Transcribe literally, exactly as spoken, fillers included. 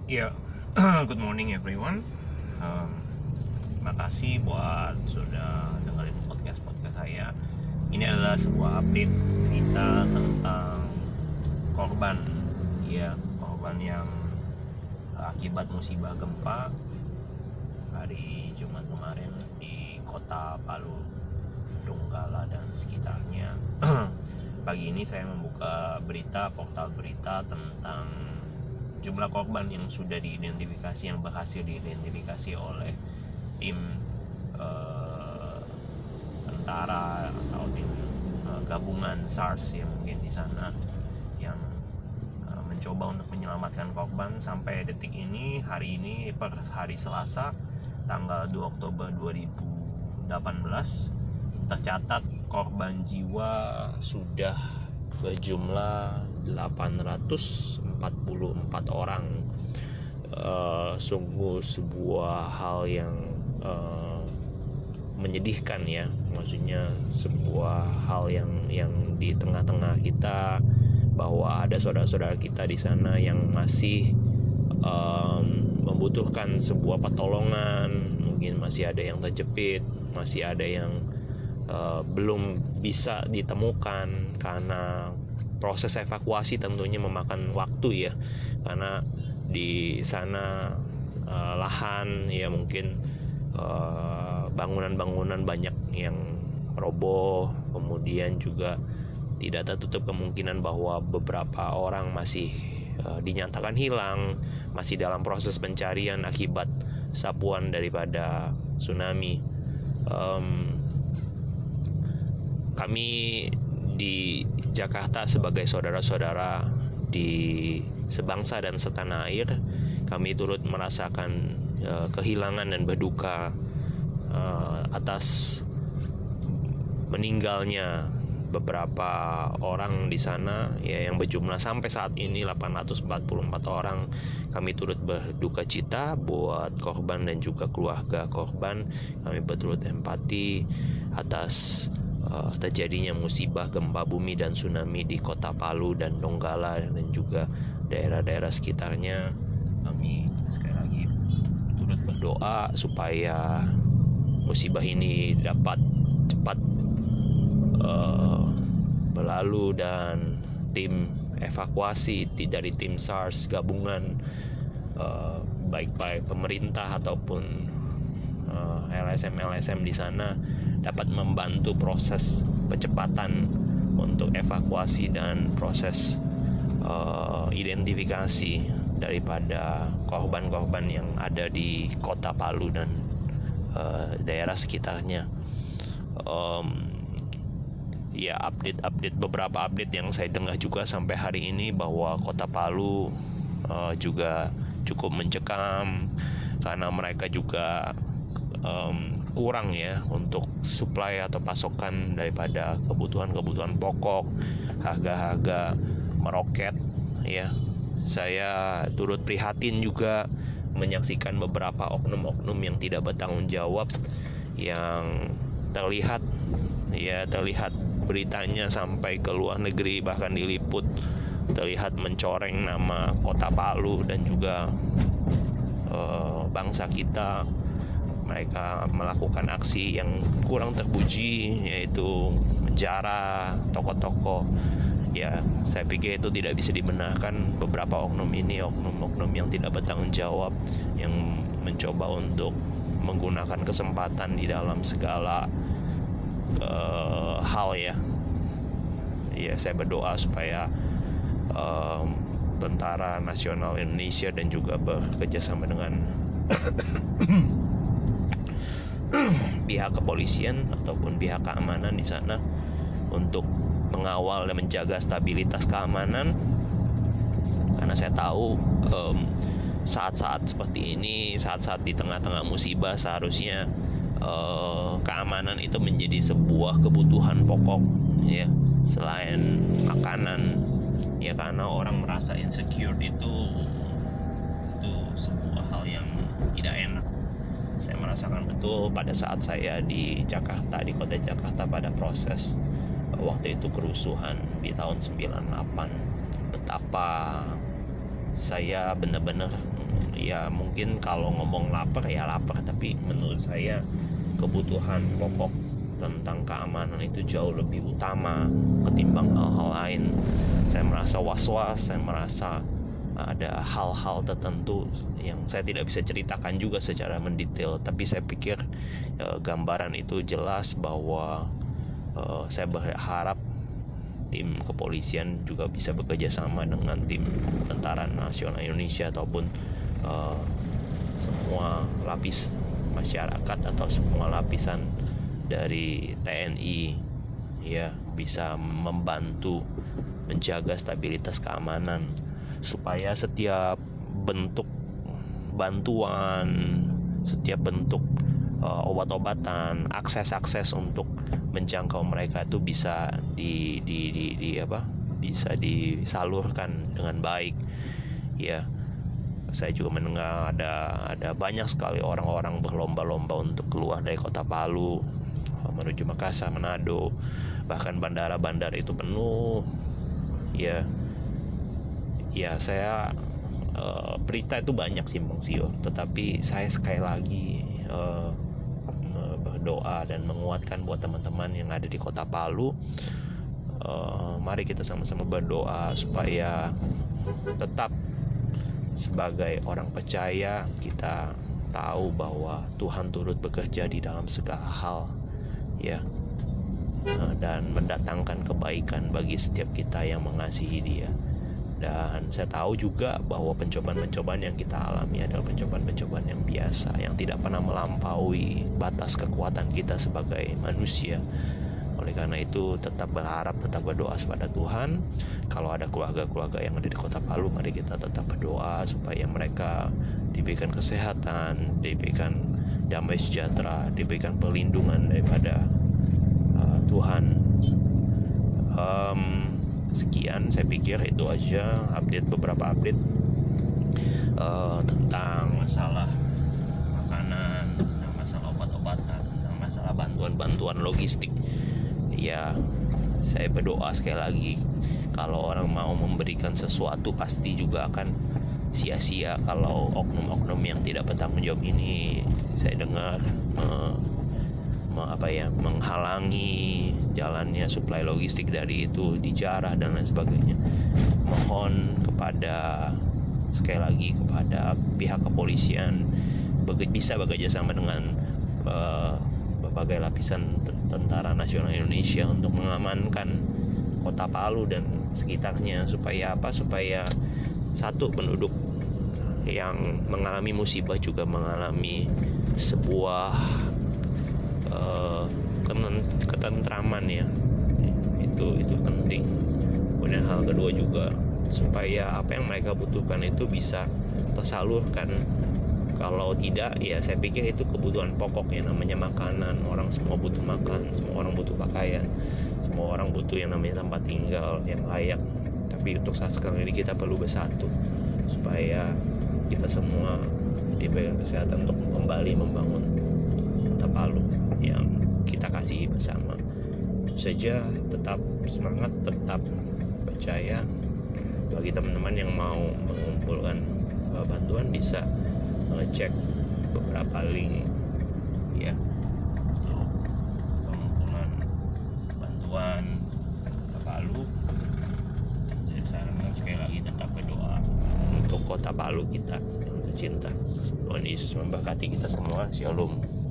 Ya, good morning everyone. Um, Makasih buat sudah dengerin podcast-podcast saya. Ini adalah sebuah update berita tentang korban, ya, korban yang akibat musibah gempa hari Jumat kemarin di kota Palu, Donggala dan sekitarnya. Pagi ini saya membuka berita, portal berita tentang jumlah korban yang sudah diidentifikasi, yang berhasil diidentifikasi oleh tim uh, tentara atau tim uh, gabungan SARS yang mungkin di sana yang uh, mencoba untuk menyelamatkan korban. Sampai detik ini, hari ini per hari Selasa tanggal dua Oktober dua ribu delapan belas, tercatat korban jiwa sudah berjumlah delapan ratus empat puluh empat orang. Uh, sungguh sebuah hal yang uh, menyedihkan, ya. Maksudnya sebuah hal yang yang di tengah-tengah kita, bahwa ada saudara-saudara kita di sana yang masih um, membutuhkan sebuah pertolongan. Mungkin masih ada yang terjepit, masih ada yang uh, belum bisa ditemukan karena proses evakuasi tentunya memakan waktu, ya, karena di sana uh, lahan, ya, mungkin uh, bangunan-bangunan banyak yang roboh, kemudian juga tidak tertutup kemungkinan bahwa beberapa orang masih uh, dinyatakan hilang, masih dalam proses pencarian akibat sapuan daripada tsunami. Um, kami di Jakarta sebagai saudara-saudara di sebangsa dan setanah air, kami turut merasakan uh, kehilangan dan berduka uh, atas meninggalnya beberapa orang di sana, ya, yang berjumlah sampai saat ini delapan ratus empat puluh empat orang. Kami turut berduka cita buat korban dan juga keluarga korban. Kami berturut empati atas Uh, terjadinya musibah gempa bumi dan tsunami di kota Palu dan Donggala dan juga daerah-daerah sekitarnya. Kami sekali lagi turut berdoa supaya musibah ini dapat cepat uh, berlalu dan tim evakuasi dari tim SARS gabungan, uh, baik baik pemerintah ataupun uh, L S M L S M di sana dapat membantu proses percepatan untuk evakuasi dan proses uh, identifikasi daripada korban-korban yang ada di kota Palu dan uh, daerah sekitarnya. Um, ya, update-update beberapa update yang saya dengar juga sampai hari ini bahwa kota Palu uh, juga cukup mencekam karena mereka juga um, kurang, ya, untuk suplai atau pasokan daripada kebutuhan-kebutuhan pokok. Harga-harga meroket, ya. Saya turut prihatin juga menyaksikan beberapa oknum-oknum yang tidak bertanggung jawab, yang terlihat, ya, terlihat beritanya sampai ke luar negeri, bahkan diliput, terlihat mencoreng nama kota Palu dan juga uh, bangsa kita. Mereka melakukan aksi yang kurang terpuji, yaitu menjara toko-toko. Ya, saya pikir itu tidak bisa dibenarkan. Beberapa oknum ini oknum-oknum yang tidak bertanggung jawab, yang mencoba untuk menggunakan kesempatan di dalam segala uh, hal, ya. Ya, saya berdoa supaya um, Tentara Nasional Indonesia dan juga bekerjasama dengan pihak kepolisian ataupun pihak keamanan di sana untuk mengawal dan menjaga stabilitas keamanan, karena saya tahu um, saat-saat seperti ini, saat-saat di tengah-tengah musibah, seharusnya uh, keamanan itu menjadi sebuah kebutuhan pokok, ya, selain makanan, ya, karena orang merasa insecure itu itu sebuah hal yang tidak enak. Saya merasakan betul pada saat saya di Jakarta, di kota Jakarta, pada proses waktu itu kerusuhan di tahun sembilan puluh delapan, betapa saya benar-benar ya mungkin kalau ngomong lapar ya lapar, tapi menurut saya kebutuhan pokok tentang keamanan itu jauh lebih utama ketimbang hal-hal lain. Saya merasa was-was, saya merasa ada hal-hal tertentu yang saya tidak bisa ceritakan juga secara mendetail, tapi saya pikir e, gambaran itu jelas bahwa e, saya berharap tim kepolisian juga bisa bekerja sama dengan tim Tentara Nasional Indonesia ataupun e, semua lapis masyarakat atau semua lapisan dari T N I ya, bisa membantu menjaga stabilitas keamanan supaya setiap bentuk bantuan, setiap bentuk uh, obat-obatan, akses-akses untuk menjangkau mereka itu bisa di, di, di, di apa? bisa disalurkan dengan baik ya. Saya juga mendengar ada ada banyak sekali orang-orang berlomba-lomba untuk keluar dari kota Palu menuju Makassar, Manado, bahkan bandara-bandara itu penuh ya. Ya saya uh, berita itu banyak simpang siur, tetapi saya sekali lagi uh, berdoa dan menguatkan buat teman-teman yang ada di kota Palu. Uh, mari kita sama-sama berdoa supaya tetap sebagai orang percaya kita tahu bahwa Tuhan turut bekerja di dalam segala hal ya, dan mendatangkan kebaikan bagi setiap kita yang mengasihi Dia. Dan saya tahu juga bahwa pencobaan-pencobaan yang kita alami adalah pencobaan-pencobaan yang biasa, yang tidak pernah melampaui batas kekuatan kita sebagai manusia. Oleh karena itu tetap berharap, tetap berdoa kepada Tuhan. Kalau ada keluarga-keluarga yang ada di kota Palu, mari kita tetap berdoa supaya mereka diberikan kesehatan, diberikan damai sejahtera, diberikan perlindungan daripada uh, Tuhan. um, Sekian, saya pikir itu aja update, beberapa update uh, tentang masalah makanan, tentang masalah obat-obatan, tentang masalah bantuan-bantuan logistik. Ya, saya berdoa sekali lagi, kalau orang mau memberikan sesuatu pasti juga akan sia-sia kalau oknum-oknum yang tidak bertanggung jawab ini saya dengar uh, apa ya menghalangi jalannya suplai logistik dari itu, dijarah dan lain sebagainya. Mohon kepada sekali lagi kepada pihak kepolisian bisa bekerja sama dengan uh, berbagai lapisan Tentara Nasional Indonesia untuk mengamankan kota Palu dan sekitarnya, supaya apa? Supaya satu, penduduk yang mengalami musibah juga mengalami sebuah uh, ketentraman ya. Itu itu penting. Kemudian hal kedua juga supaya apa yang mereka butuhkan itu bisa tersalurkan. Kalau tidak, ya saya pikir itu kebutuhan pokok yang namanya makanan. Orang semua butuh makan, semua orang butuh pakaian, semua orang butuh yang namanya tempat tinggal yang layak. Tapi untuk saat sekarang ini kita perlu bersatu supaya kita semua diberikan kesehatan untuk kembali membangun kota Palu yang kita kasihi bersama. Itu saja, tetap semangat, tetap percaya. Bagi teman-teman yang mau mengumpulkan uh, bantuan bisa ngecek beberapa link ya untuk pengumpulan bantuan ke Palu. Saya sarankan sekali lagi tetap berdoa untuk kota Palu kita yang tercinta. Tuhan Yesus memberkati kita semua. Shalom.